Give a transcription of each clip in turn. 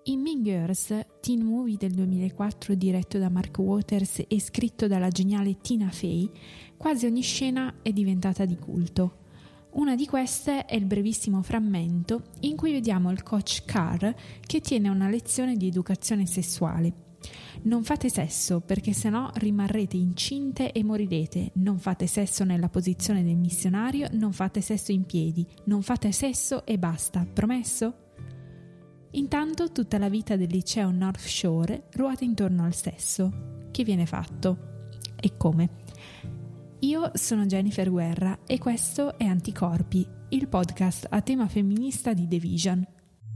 In Mean Girls, teen movie del 2004 diretto da Mark Waters e scritto dalla geniale Tina Fey, quasi ogni scena è diventata di culto. Una di queste è il brevissimo frammento in cui vediamo il coach Carr che tiene una lezione di educazione sessuale. Non fate sesso perché sennò rimarrete incinte e morirete. Non fate sesso nella posizione del missionario, non fate sesso in piedi, non fate sesso e basta, promesso? Intanto tutta la vita del liceo North Shore ruota intorno al sesso. Che viene fatto? E come? Io sono Jennifer Guerra e questo è Anticorpi, il podcast a tema femminista di The Vision.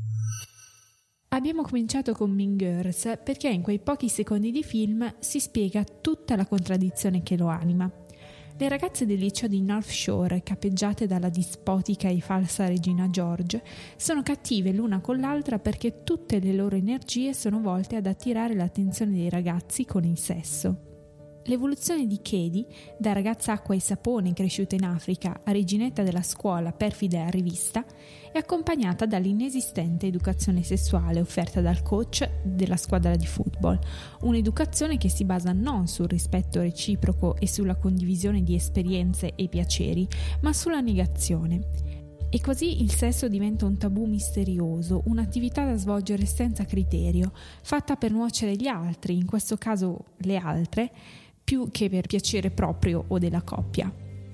Abbiamo cominciato con Mean Girls perché in quei pochi secondi di film si spiega tutta la contraddizione che lo anima. Le ragazze del liceo di North Shore, capeggiate dalla dispotica e falsa regina George, sono cattive l'una con l'altra perché tutte le loro energie sono volte ad attirare l'attenzione dei ragazzi con il sesso. L'evoluzione di Katie, da ragazza acqua e sapone cresciuta in Africa a reginetta della scuola perfida e rivista, è accompagnata dall'inesistente educazione sessuale offerta dal coach della squadra di football, un'educazione che si basa non sul rispetto reciproco e sulla condivisione di esperienze e piaceri, ma sulla negazione. E così il sesso diventa un tabù misterioso, un'attività da svolgere senza criterio, fatta per nuocere gli altri, in questo caso le altre, più che per piacere proprio o della coppia.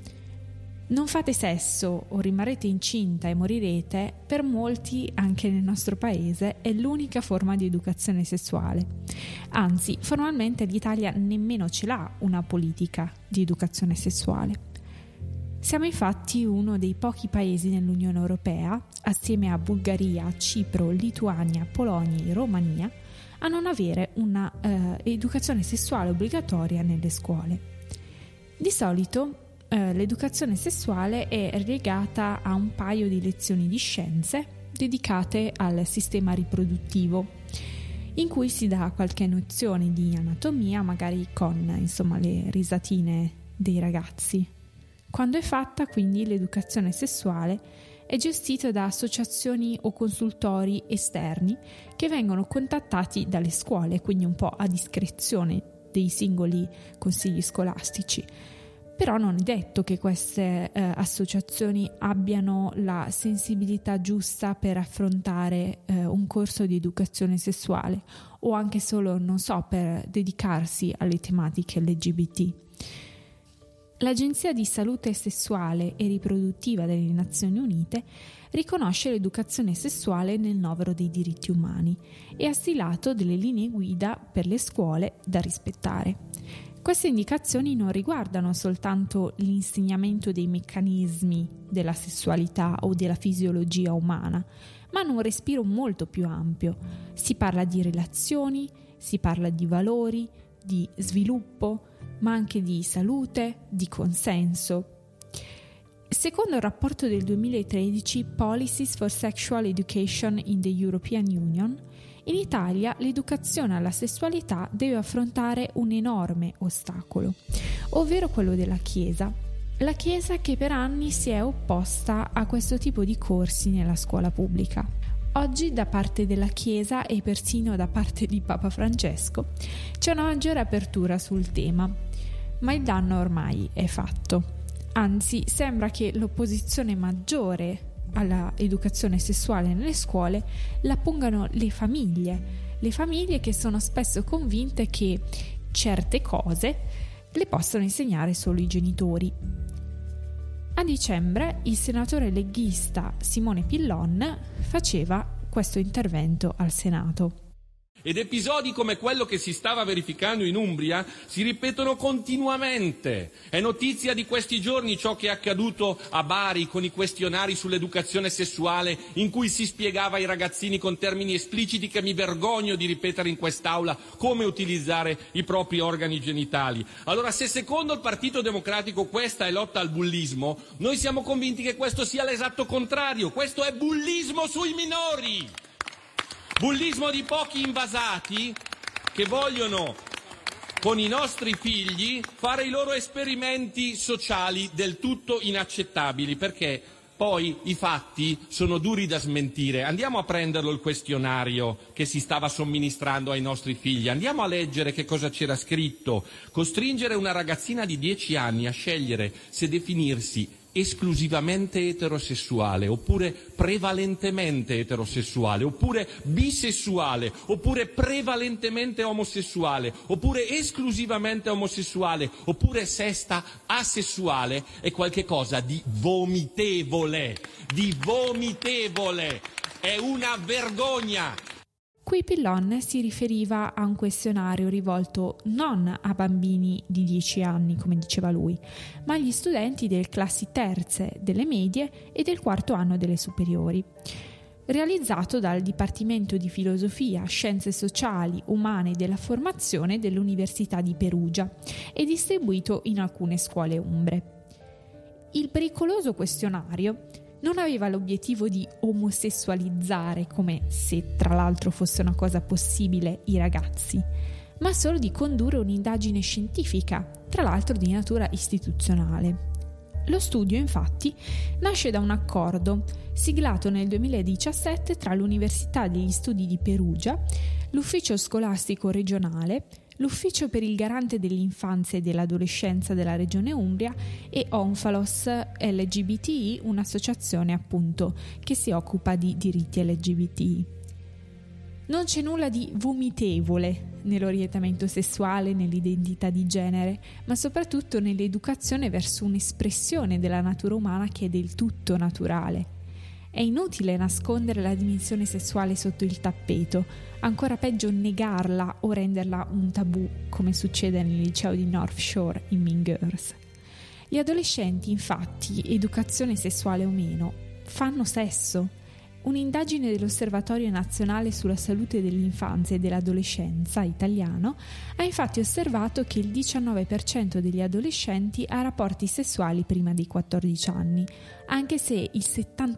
Non fate sesso o rimarrete incinta e morirete, per molti, anche nel nostro paese, è l'unica forma di educazione sessuale. Anzi, formalmente l'Italia nemmeno ce l'ha una politica di educazione sessuale. Siamo infatti uno dei pochi paesi nell'Unione Europea, assieme a Bulgaria, Cipro, Lituania, Polonia e Romania, a non avere una educazione sessuale obbligatoria nelle scuole. Di solito l'educazione sessuale è relegata a un paio di lezioni di scienze dedicate al sistema riproduttivo, in cui si dà qualche nozione di anatomia, magari con le risatine dei ragazzi. Quando è fatta, quindi, l'educazione sessuale è gestita da associazioni o consultori esterni che vengono contattati dalle scuole, quindi un po' a discrezione dei singoli consigli scolastici. Però non è detto che queste associazioni abbiano la sensibilità giusta per affrontare un corso di educazione sessuale o anche solo, per dedicarsi alle tematiche LGBT. L'Agenzia di Salute Sessuale e Riproduttiva delle Nazioni Unite riconosce l'educazione sessuale nel novero dei diritti umani e ha stilato delle linee guida per le scuole da rispettare. Queste indicazioni non riguardano soltanto l'insegnamento dei meccanismi della sessualità o della fisiologia umana, ma hanno un respiro molto più ampio. Si parla di relazioni, si parla di valori, di sviluppo, ma anche di salute, di consenso. Secondo il rapporto del 2013 Policies for Sexual Education in the European Union, in Italia l'educazione alla sessualità deve affrontare un enorme ostacolo, ovvero quello della Chiesa. La Chiesa che per anni si è opposta a questo tipo di corsi nella scuola pubblica. Oggi da parte della Chiesa e persino da parte di Papa Francesco c'è una maggiore apertura sul tema, ma il danno ormai è fatto. Anzi, sembra che l'opposizione maggiore alla educazione sessuale nelle scuole la pongano le famiglie che sono spesso convinte che certe cose le possono insegnare solo i genitori. A dicembre il senatore leghista Simone Pillon faceva questo intervento al Senato. Ed episodi come quello che si stava verificando in Umbria si ripetono continuamente. È notizia di questi giorni ciò che è accaduto a Bari con i questionari sull'educazione sessuale in cui si spiegava ai ragazzini con termini espliciti che mi vergogno di ripetere in quest'Aula come utilizzare i propri organi genitali. Allora, se secondo il Partito Democratico questa è lotta al bullismo, noi siamo convinti che questo sia l'esatto contrario. Questo è bullismo sui minori. Bullismo di pochi invasati che vogliono con i nostri figli fare i loro esperimenti sociali del tutto inaccettabili, perché Poi i fatti sono duri da smentire. Andiamo a prenderlo il questionario che si stava somministrando ai nostri figli. Andiamo a leggere che cosa c'era scritto. Costringere una ragazzina di 10 anni a scegliere se definirsi esclusivamente eterosessuale, oppure prevalentemente eterosessuale, oppure bisessuale, oppure prevalentemente omosessuale, oppure esclusivamente omosessuale, oppure sesta asessuale, è qualcosa di vomitevole, è una vergogna. Qui Pillon si riferiva a un questionario rivolto non a bambini di 10 anni, come diceva lui, ma agli studenti delle classi terze delle medie e del quarto anno delle superiori, realizzato dal Dipartimento di Filosofia, Scienze Sociali, Umane e della Formazione dell'Università di Perugia e distribuito in alcune scuole umbre. Il pericoloso questionario non aveva l'obiettivo di omosessualizzare, come se tra l'altro fosse una cosa possibile, i ragazzi, ma solo di condurre un'indagine scientifica, tra l'altro di natura istituzionale. Lo studio, infatti, nasce da un accordo siglato nel 2017 tra l'Università degli Studi di Perugia, l'Ufficio Scolastico Regionale, l'Ufficio per il Garante dell'Infanzia e dell'Adolescenza della Regione Umbria e Onfalos LGBTI, un'associazione appunto che si occupa di diritti LGBTI. Non c'è nulla di vomitevole nell'orientamento sessuale, nell'identità di genere, ma soprattutto nell'educazione verso un'espressione della natura umana che è del tutto naturale. È inutile nascondere la dimensione sessuale sotto il tappeto, ancora peggio negarla o renderla un tabù, come succede nel liceo di North Shore in Mean Girls. Gli adolescenti, infatti, educazione sessuale o meno, fanno sesso. Un'indagine dell'Osservatorio Nazionale sulla Salute dell'Infanzia e dell'Adolescenza italiano ha infatti osservato che il 19% degli adolescenti ha rapporti sessuali prima dei 14 anni, anche se il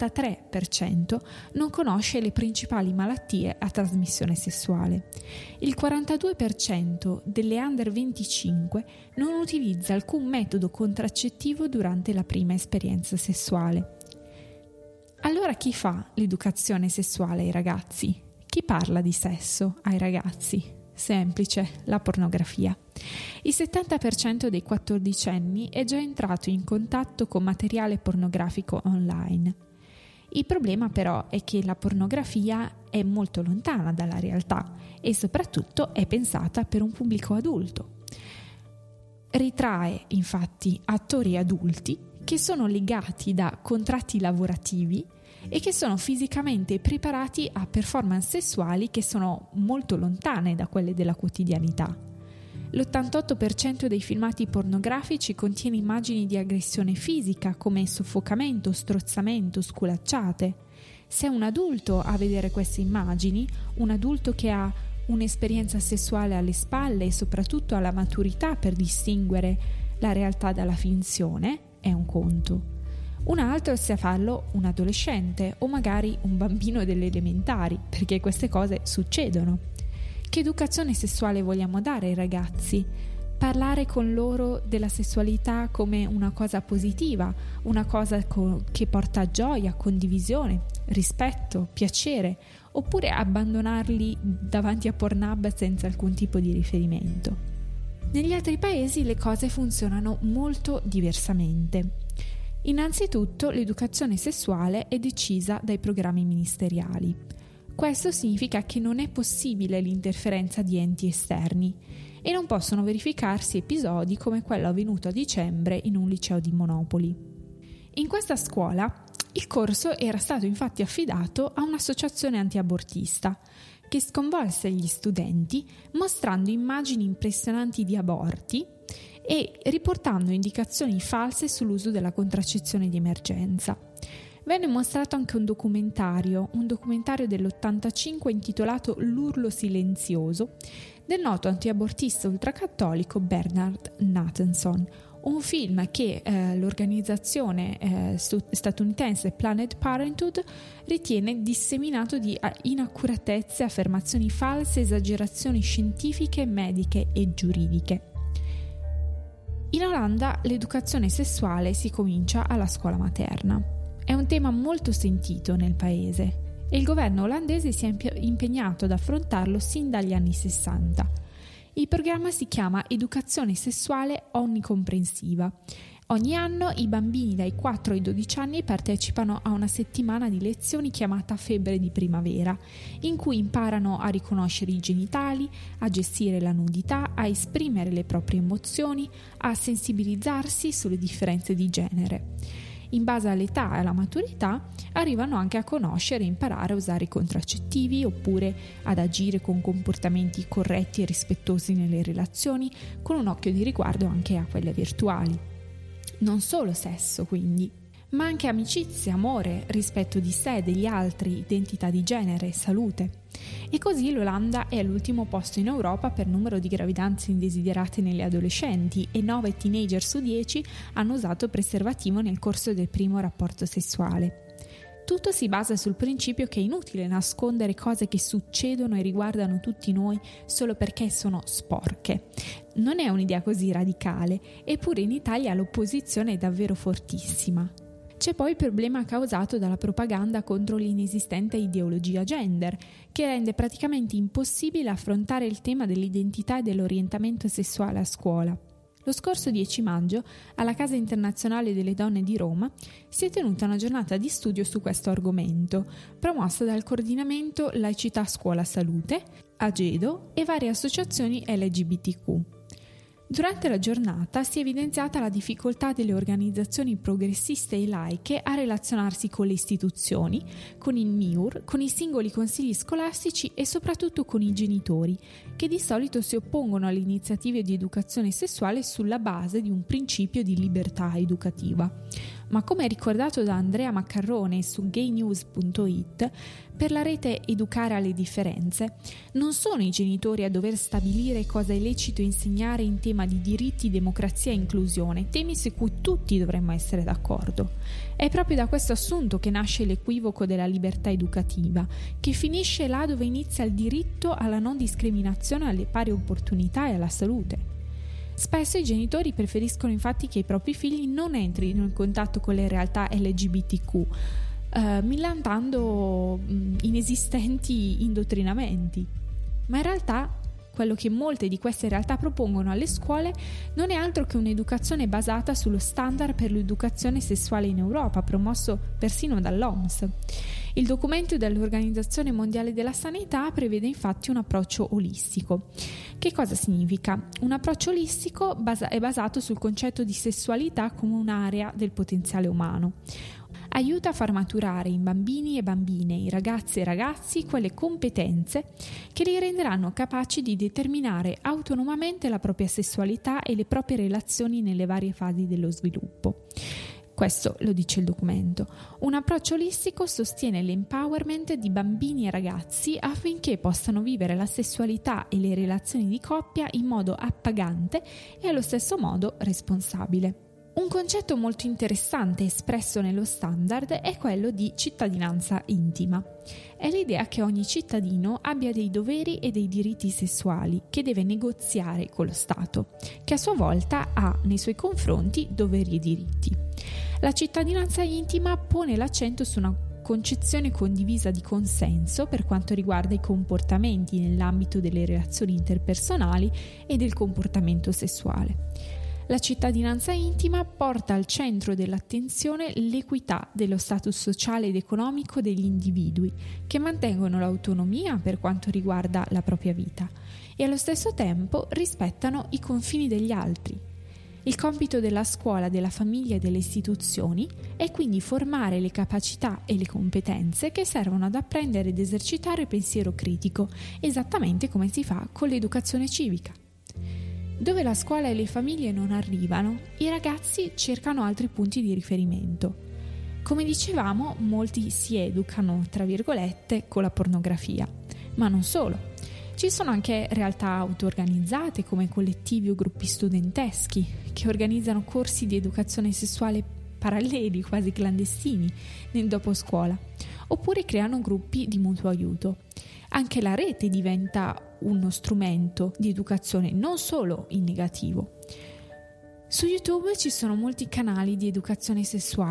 73% non conosce le principali malattie a trasmissione sessuale. Il 42% delle under 25 non utilizza alcun metodo contraccettivo durante la prima esperienza sessuale. Allora chi fa l'educazione sessuale ai ragazzi? Chi parla di sesso ai ragazzi? Semplice, la pornografia. Il 70% dei 14enni è già entrato in contatto con materiale pornografico online. Il problema però è che la pornografia è molto lontana dalla realtà e soprattutto è pensata per un pubblico adulto. Ritrae infatti attori adulti che sono legati da contratti lavorativi e che sono fisicamente preparati a performance sessuali che sono molto lontane da quelle della quotidianità. L'88% dei filmati pornografici contiene immagini di aggressione fisica come soffocamento, strozzamento, sculacciate. Se è un adulto a vedere queste immagini, un adulto che ha un'esperienza sessuale alle spalle e soprattutto ha la maturità per distinguere la realtà dalla finzione, è un conto. Un altro se a farlo un adolescente o magari un bambino delle elementari, perché queste cose succedono. Che educazione sessuale vogliamo dare ai ragazzi? Parlare con loro della sessualità come una cosa positiva, una cosa che porta gioia, condivisione, rispetto, piacere, oppure abbandonarli davanti a Pornhub senza alcun tipo di riferimento? Negli altri paesi le cose funzionano molto diversamente. Innanzitutto, l'educazione sessuale è decisa dai programmi ministeriali. Questo significa che non è possibile l'interferenza di enti esterni e non possono verificarsi episodi come quello avvenuto a dicembre in un liceo di Monopoli. In questa scuola il corso era stato infatti affidato a un'associazione antiabortista che sconvolse gli studenti mostrando immagini impressionanti di aborti e riportando indicazioni false sull'uso della contraccezione di emergenza. Venne mostrato anche un documentario dell'85 intitolato L'urlo silenzioso del noto antiabortista ultracattolico Bernard Nathanson, un film che l'organizzazione statunitense Planned Parenthood ritiene disseminato di inaccuratezze, affermazioni false, esagerazioni scientifiche, mediche e giuridiche. In Olanda l'educazione sessuale si comincia alla scuola materna. È un tema molto sentito nel paese e il governo olandese si è impegnato ad affrontarlo sin dagli anni 60. Il programma si chiama Educazione sessuale onnicomprensiva. Ogni anno i bambini dai 4 ai 12 anni partecipano a una settimana di lezioni chiamata Febbre di primavera, in cui imparano a riconoscere i genitali, a gestire la nudità, a esprimere le proprie emozioni, a sensibilizzarsi sulle differenze di genere. In base all'età e alla maturità arrivano anche a conoscere e imparare a usare i contraccettivi oppure ad agire con comportamenti corretti e rispettosi nelle relazioni, con un occhio di riguardo anche a quelle virtuali. Non solo sesso, quindi, ma anche amicizia, amore, rispetto di sé, degli altri, identità di genere, salute. E così l'Olanda è all'ultimo posto in Europa per numero di gravidanze indesiderate nelle adolescenti e 9 teenager su 10 hanno usato preservativo nel corso del primo rapporto sessuale. Tutto si basa sul principio che è inutile nascondere cose che succedono e riguardano tutti noi solo perché sono sporche. Non è un'idea così radicale, eppure in Italia l'opposizione è davvero fortissima. C'è poi il problema causato dalla propaganda contro l'inesistente ideologia gender, che rende praticamente impossibile affrontare il tema dell'identità e dell'orientamento sessuale a scuola. Lo scorso 10 maggio, alla Casa Internazionale delle Donne di Roma, si è tenuta una giornata di studio su questo argomento, promossa dal coordinamento Laicità Scuola Salute, Agedo e varie associazioni LGBTQ. Durante la giornata si è evidenziata la difficoltà delle organizzazioni progressiste e laiche a relazionarsi con le istituzioni, con il MIUR, con i singoli consigli scolastici e soprattutto con i genitori, che di solito si oppongono alle iniziative di educazione sessuale sulla base di un principio di libertà educativa. Ma come ricordato da Andrea Maccarrone su gaynews.it, per la rete Educare alle differenze, non sono i genitori a dover stabilire cosa è lecito insegnare in tema di diritti, democrazia e inclusione, temi su cui tutti dovremmo essere d'accordo. È proprio da questo assunto che nasce l'equivoco della libertà educativa, che finisce là dove inizia il diritto alla non discriminazione, alle pari opportunità e alla salute. Spesso i genitori preferiscono infatti che i propri figli non entrino in contatto con le realtà LGBTQ, millantando inesistenti indottrinamenti. Ma in realtà quello che molte di queste realtà propongono alle scuole non è altro che un'educazione basata sullo standard per l'educazione sessuale in Europa, promosso persino dall'OMS. Il documento dell'Organizzazione Mondiale della Sanità prevede infatti un approccio olistico. Che cosa significa? Un approccio olistico è basato sul concetto di sessualità come un'area del potenziale umano. Aiuta a far maturare in bambini e bambine, in ragazze e ragazzi, quelle competenze che li renderanno capaci di determinare autonomamente la propria sessualità e le proprie relazioni nelle varie fasi dello sviluppo. Questo lo dice il documento. Un approccio olistico sostiene l'empowerment di bambini e ragazzi affinché possano vivere la sessualità e le relazioni di coppia in modo appagante e allo stesso modo responsabile. Un concetto molto interessante espresso nello standard è quello di cittadinanza intima. È l'idea che ogni cittadino abbia dei doveri e dei diritti sessuali che deve negoziare con lo Stato, che a sua volta ha nei suoi confronti doveri e diritti. La cittadinanza intima pone l'accento su una concezione condivisa di consenso per quanto riguarda i comportamenti nell'ambito delle relazioni interpersonali e del comportamento sessuale. La cittadinanza intima porta al centro dell'attenzione l'equità dello status sociale ed economico degli individui, che mantengono l'autonomia per quanto riguarda la propria vita e allo stesso tempo rispettano i confini degli altri. Il compito della scuola, della famiglia e delle istituzioni è quindi formare le capacità e le competenze che servono ad apprendere ed esercitare il pensiero critico, esattamente come si fa con l'educazione civica. Dove la scuola e le famiglie non arrivano, i ragazzi cercano altri punti di riferimento. Come dicevamo, molti si educano, tra virgolette, con la pornografia, ma non solo. Ci sono anche realtà auto-organizzate come collettivi o gruppi studenteschi che organizzano corsi di educazione sessuale paralleli, quasi clandestini, nel doposcuola, oppure creano gruppi di mutuo aiuto. Anche la rete diventa uno strumento di educazione, non solo in negativo. Su YouTube ci sono molti canali di educazione sessuale.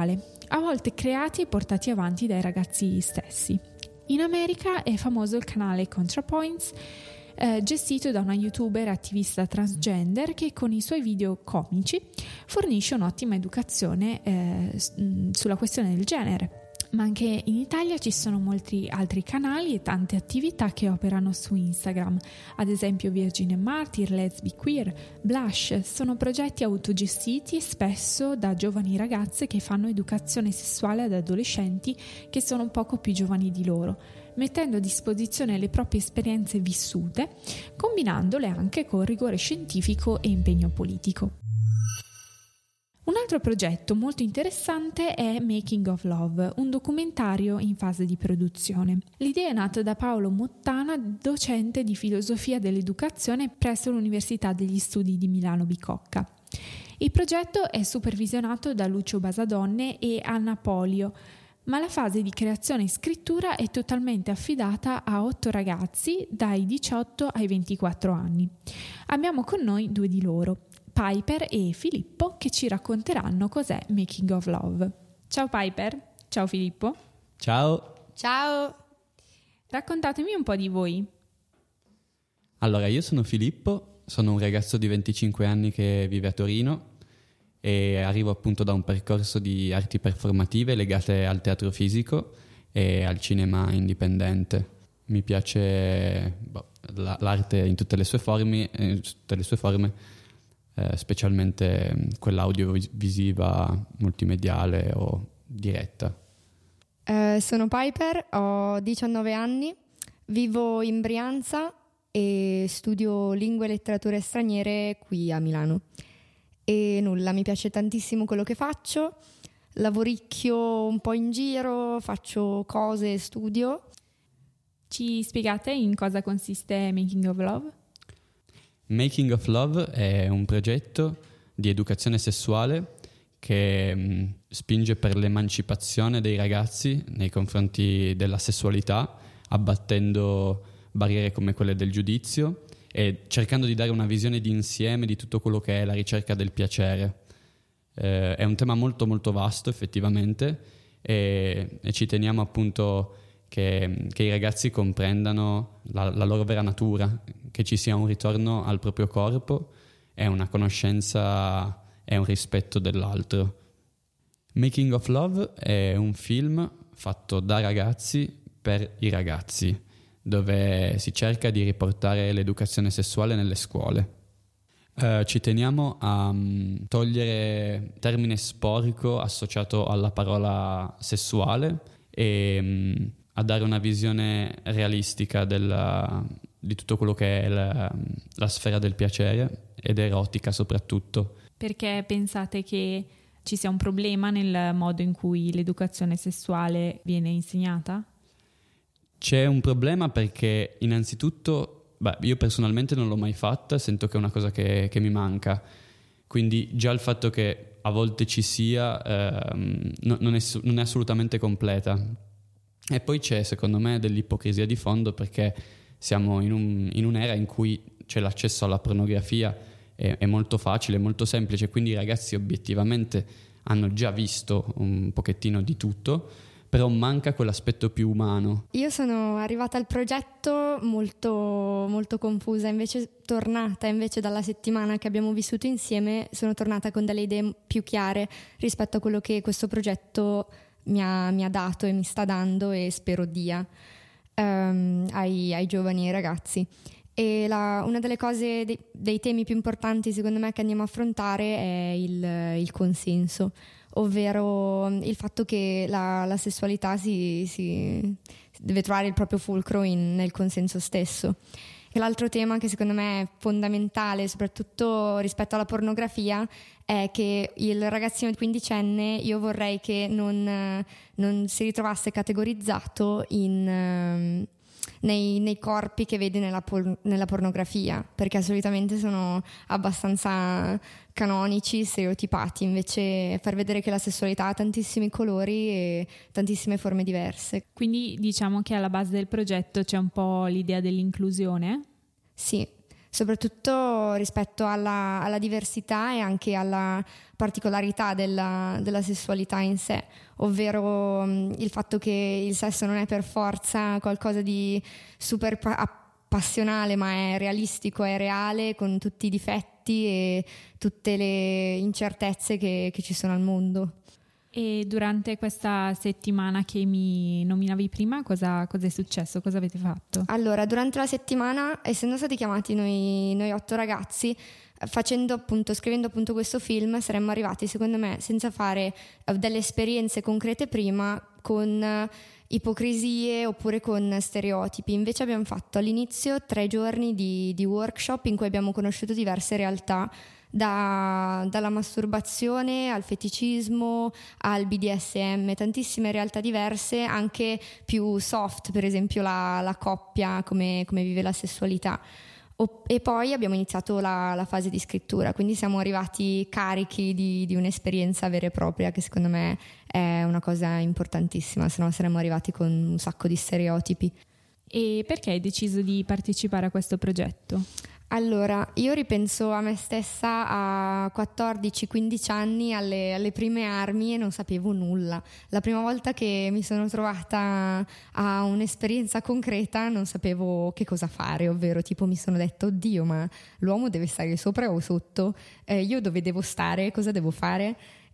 a volte creati e portati avanti dai ragazzi stessi. In America è famoso il canale ContraPoints, gestito da una youtuber attivista transgender che con i suoi video comici fornisce un'ottima educazione sulla questione del genere. Ma anche in Italia ci sono molti altri canali e tante attività che operano su Instagram, ad esempio Virgin Martyr, Let's Be Queer, Blush. Sono progetti autogestiti spesso da giovani ragazze che fanno educazione sessuale ad adolescenti che sono poco più giovani di loro, mettendo a disposizione le proprie esperienze vissute, combinandole anche con rigore scientifico e impegno politico. Un altro progetto molto interessante è Making of Love, un documentario in fase di produzione. L'idea è nata da Paolo Mottana, docente di filosofia dell'educazione presso l'Università degli Studi di Milano Bicocca. Il progetto è supervisionato da Lucio Basadonne e Anna Polio, ma la fase di creazione e scrittura è totalmente affidata a 8 ragazzi dai 18 ai 24 anni. Abbiamo con noi 2 di loro, Piper e Filippo, che ci racconteranno cos'è Making of Love. Ciao Piper, ciao Filippo. Ciao. Ciao. Raccontatemi un po' di voi. Allora, io sono Filippo, sono un ragazzo di 25 anni che vive a Torino e arrivo appunto da un percorso di arti performative legate al teatro fisico e al cinema indipendente. Mi piace l'arte in tutte le sue forme, specialmente quella audiovisiva, multimediale o diretta. Sono Piper, ho 19 anni, vivo in Brianza e studio lingue e letterature straniere qui a Milano. E nulla, mi piace tantissimo quello che faccio, lavoricchio un po' in giro, faccio cose, studio. Ci spiegate in cosa consiste Making of Love? Making of Love è un progetto di educazione sessuale che spinge per l'emancipazione dei ragazzi nei confronti della sessualità, abbattendo barriere come quelle del giudizio e cercando di dare una visione d'insieme di tutto quello che è la ricerca del piacere. È un tema molto molto vasto effettivamente e ci teniamo appunto che i ragazzi comprendano la loro vera natura, che ci sia un ritorno al proprio corpo e una conoscenza e un rispetto dell'altro. Making of Love è un film fatto da ragazzi per i ragazzi, dove si cerca di riportare l'educazione sessuale nelle scuole. Ci teniamo a togliere termine sporco associato alla parola sessuale e a dare una visione realistica di tutto quello che è la sfera del piacere ed erotica soprattutto. Perché pensate che ci sia un problema nel modo in cui l'educazione sessuale viene insegnata? C'è un problema perché innanzitutto, io personalmente non l'ho mai fatta, sento che è una cosa che mi manca, quindi già il fatto che a volte ci sia non è assolutamente completa. E poi c'è secondo me dell'ipocrisia di fondo perché siamo in un'era in cui c'è l'accesso alla pornografia, è molto facile, molto semplice, quindi i ragazzi obiettivamente hanno già visto un pochettino di tutto, però manca quell'aspetto più umano. Io sono arrivata al progetto molto, molto confusa, tornata dalla settimana che abbiamo vissuto insieme, sono tornata con delle idee più chiare rispetto a quello che questo progetto mi ha dato e mi sta dando e spero dia ai giovani e ai ragazzi. E una delle cose, dei temi più importanti secondo me che andiamo a affrontare è il consenso, ovvero il fatto che la sessualità si deve trovare il proprio fulcro nel consenso stesso. E l'altro tema che secondo me è fondamentale, soprattutto rispetto alla pornografia, è che il ragazzino quindicenne io vorrei che non si ritrovasse categorizzato nei corpi che vede nella pornografia, perché solitamente sono abbastanza canonici, stereotipati, invece far vedere che la sessualità ha tantissimi colori e tantissime forme diverse. Quindi diciamo che alla base del progetto c'è un po' l'idea dell'inclusione? Sì, soprattutto rispetto alla diversità e anche alla particolarità della sessualità in sé, ovvero il fatto che il sesso non è per forza qualcosa di super passionale, ma è realistico, è reale, con tutti i difetti e tutte le incertezze che ci sono al mondo. E durante questa settimana che mi nominavi prima, cosa è successo? Cosa avete fatto? Allora, durante la settimana, essendo stati chiamati noi 8 ragazzi, scrivendo appunto questo film, saremmo arrivati, secondo me, senza fare delle esperienze concrete prima, con ipocrisie oppure con stereotipi. Invece abbiamo fatto all'inizio 3 giorni di workshop in cui abbiamo conosciuto diverse realtà, dalla masturbazione al feticismo al BDSM, tantissime realtà diverse, anche più soft, per esempio la coppia, come vive la sessualità. E poi abbiamo iniziato la fase di scrittura, quindi siamo arrivati carichi di un'esperienza vera e propria, che secondo me è una cosa importantissima, se no saremmo arrivati con un sacco di stereotipi. E perché hai deciso di partecipare a questo progetto? Allora, io ripenso a me stessa a 14-15 anni, alle prime armi, e non sapevo nulla. La prima volta che mi sono trovata a un'esperienza concreta non sapevo che cosa fare, ovvero tipo mi sono detto: oddio, ma l'uomo deve stare sopra o sotto? Io dove devo stare? Cosa devo fare?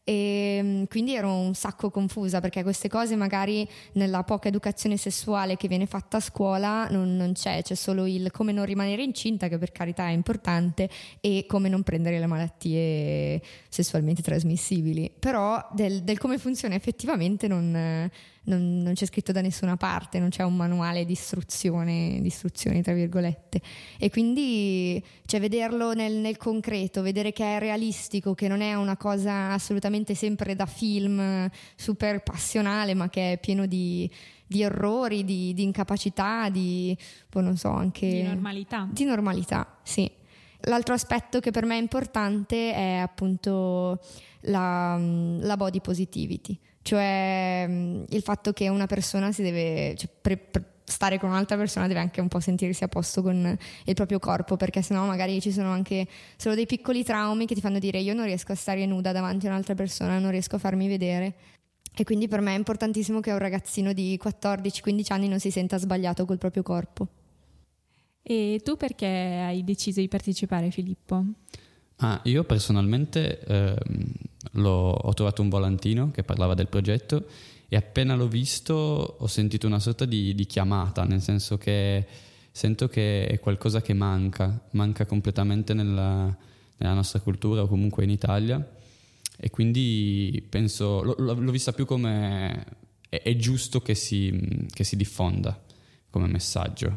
E quindi ero un sacco confusa, perché queste cose magari nella poca educazione sessuale che viene fatta a scuola non c'è solo il come non rimanere incinta, che per carità è importante, e come non prendere le malattie sessualmente trasmissibili, però del come funziona effettivamente non c'è scritto da nessuna parte, non c'è un manuale di istruzioni tra virgolette, e quindi vederlo nel concreto, vedere che è realistico, che non è una cosa assolutamente sempre da film super passionale, ma che è pieno di errori, di incapacità, non so, anche di normalità, sì. L'altro aspetto che per me è importante è appunto la body positivity, cioè il fatto che una persona si deve, per stare con un'altra persona deve anche un po' sentirsi a posto con il proprio corpo, perché sennò magari ci sono anche solo dei piccoli traumi che ti fanno dire: io non riesco a stare nuda davanti a un'altra persona, non riesco a farmi vedere. E quindi per me è importantissimo che un ragazzino di 14-15 anni non si senta sbagliato col proprio corpo. E tu perché hai deciso di partecipare, Filippo? Io personalmente ho trovato un volantino che parlava del progetto, e appena l'ho visto ho sentito una sorta di chiamata, nel senso che sento che è qualcosa che manca completamente nella nostra cultura, o comunque in Italia, e quindi penso, l'ho vista più come è giusto che si diffonda come messaggio.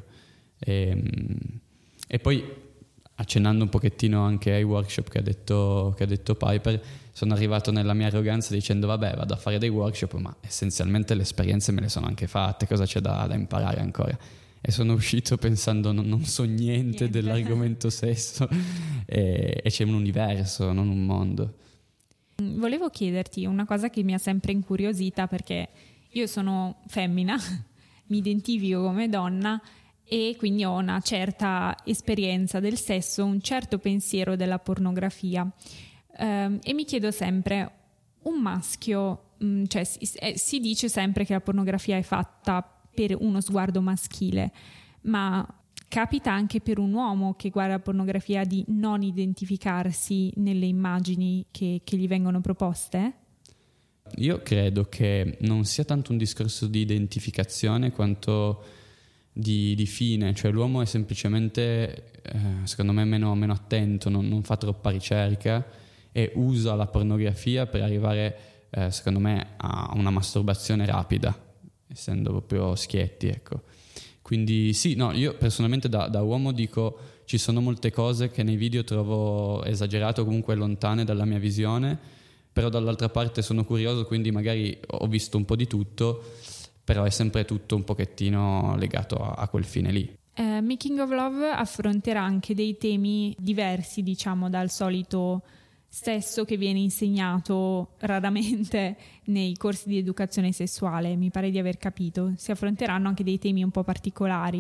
E poi, accennando un pochettino anche ai workshop che ha detto Piper, sono arrivato nella mia arroganza dicendo: vabbè, vado a fare dei workshop, ma essenzialmente le esperienze me le sono anche fatte, cosa c'è da imparare ancora? E sono uscito pensando: non so niente dell'argomento sesso, e c'è un universo, non un mondo. Volevo chiederti una cosa che mi ha sempre incuriosita, perché io sono femmina, mi identifico come donna, e quindi ho una certa esperienza del sesso, un certo pensiero della pornografia, e mi chiedo sempre: un maschio, si dice sempre che la pornografia è fatta per uno sguardo maschile, ma capita anche per un uomo che guarda la pornografia di non identificarsi nelle immagini che gli vengono proposte? Io credo che non sia tanto un discorso di identificazione quanto di fine, cioè l'uomo è semplicemente, secondo me, meno attento, non fa troppa ricerca e usa la pornografia per arrivare, secondo me, a una masturbazione rapida, essendo proprio schietti, ecco. Quindi sì, no, io personalmente da uomo dico: ci sono molte cose che nei video trovo esagerate o comunque lontane dalla mia visione, però dall'altra parte sono curioso, quindi magari ho visto un po' di tutto, però è sempre tutto un pochettino legato a quel fine lì. Making of Love affronterà anche dei temi diversi, diciamo, dal solito sesso che viene insegnato raramente nei corsi di educazione sessuale, mi pare di aver capito. Si affronteranno anche dei temi un po' particolari.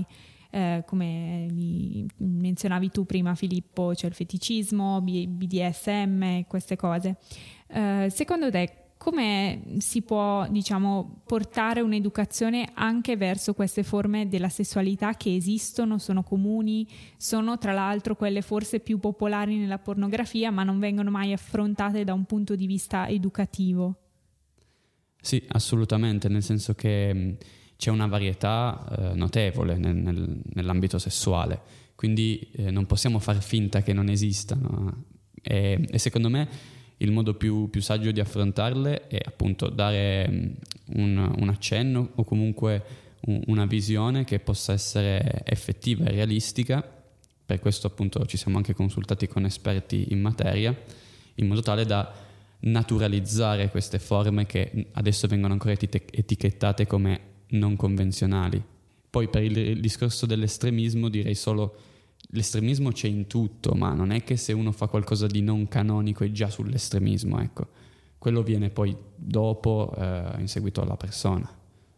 come menzionavi tu prima, Filippo, cioè il feticismo, BDSM, queste cose. Secondo te come si può, diciamo, portare un'educazione anche verso queste forme della sessualità che esistono, sono comuni, sono tra l'altro quelle forse più popolari nella pornografia, ma non vengono mai affrontate da un punto di vista educativo? Sì, assolutamente, nel senso che c'è una varietà notevole nell'ambito sessuale, quindi non possiamo far finta che non esistano. E secondo me il modo più saggio di affrontarle è appunto dare un accenno o comunque una visione che possa essere effettiva e realistica. Per questo appunto ci siamo anche consultati con esperti in materia, in modo tale da naturalizzare queste forme che adesso vengono ancora etichettate come non convenzionali. Poi per il discorso dell'estremismo direi solo: l'estremismo c'è in tutto, ma non è che se uno fa qualcosa di non canonico è già sull'estremismo, ecco. Quello viene poi dopo, in seguito alla persona.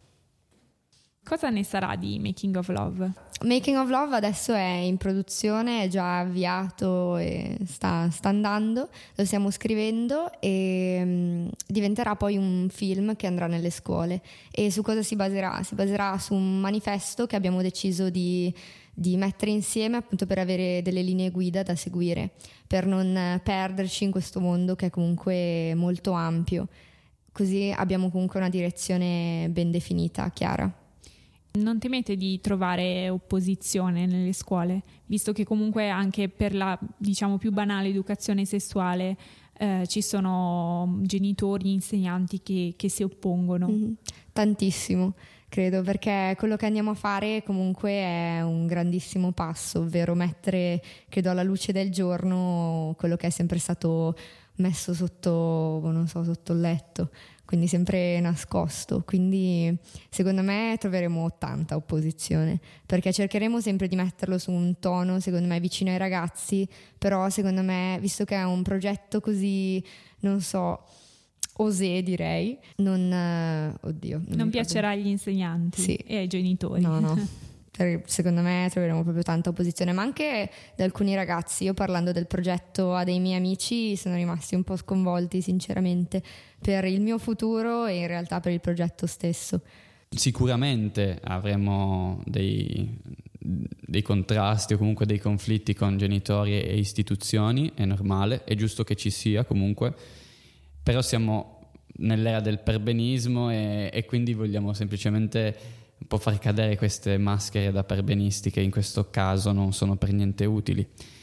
Cosa ne sarà di Making of Love? Making of Love adesso è in produzione, è già avviato e sta andando, lo stiamo scrivendo e diventerà poi un film che andrà nelle scuole. E su cosa si baserà? Si baserà su un manifesto che abbiamo deciso di mettere insieme appunto per avere delle linee guida da seguire, per non perderci in questo mondo che è comunque molto ampio. Così abbiamo comunque una direzione ben definita, chiara. Non temete di trovare opposizione nelle scuole, visto che comunque anche per la, diciamo, più banale educazione sessuale ci sono genitori, insegnanti che si oppongono? Tantissimo, credo, perché quello che andiamo a fare comunque è un grandissimo passo, ovvero mettere, credo, alla luce del giorno quello che è sempre stato messo sotto, non so, sotto il letto, quindi sempre nascosto. Quindi secondo me troveremo tanta opposizione, perché cercheremo sempre di metterlo su un tono secondo me vicino ai ragazzi, però secondo me, visto che è un progetto così, non so, osé direi, non piacerà agli insegnanti, sì, e ai genitori. No. Secondo me troveremo proprio tanta opposizione, ma anche da alcuni ragazzi. Io, parlando del progetto a dei miei amici, sono rimasti un po' sconvolti sinceramente per il mio futuro e in realtà per il progetto stesso. Sicuramente avremo dei contrasti o comunque dei conflitti con genitori e istituzioni, è normale, è giusto che ci sia comunque, però siamo nell'era del perbenismo e quindi vogliamo semplicemente un po' far cadere queste maschere da perbenisti che in questo caso non sono per niente utili.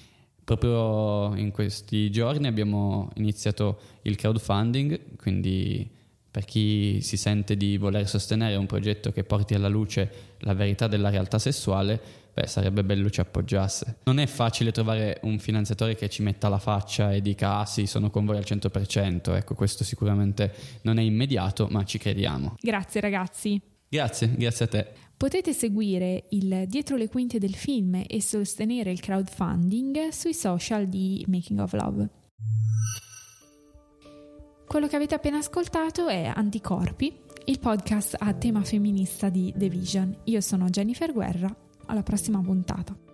Proprio in questi giorni abbiamo iniziato il crowdfunding, quindi per chi si sente di voler sostenere un progetto che porti alla luce la verità della realtà sessuale, sarebbe bello ci appoggiasse. Non è facile trovare un finanziatore che ci metta la faccia e dica sì, sono con voi al 100%, ecco, questo sicuramente non è immediato, ma ci crediamo. Grazie ragazzi. Grazie a te. Potete seguire il dietro le quinte del film e sostenere il crowdfunding sui social di Making of Love. Quello che avete appena ascoltato è Anticorpi, il podcast a tema femminista di The Vision. Io sono Jennifer Guerra, alla prossima puntata.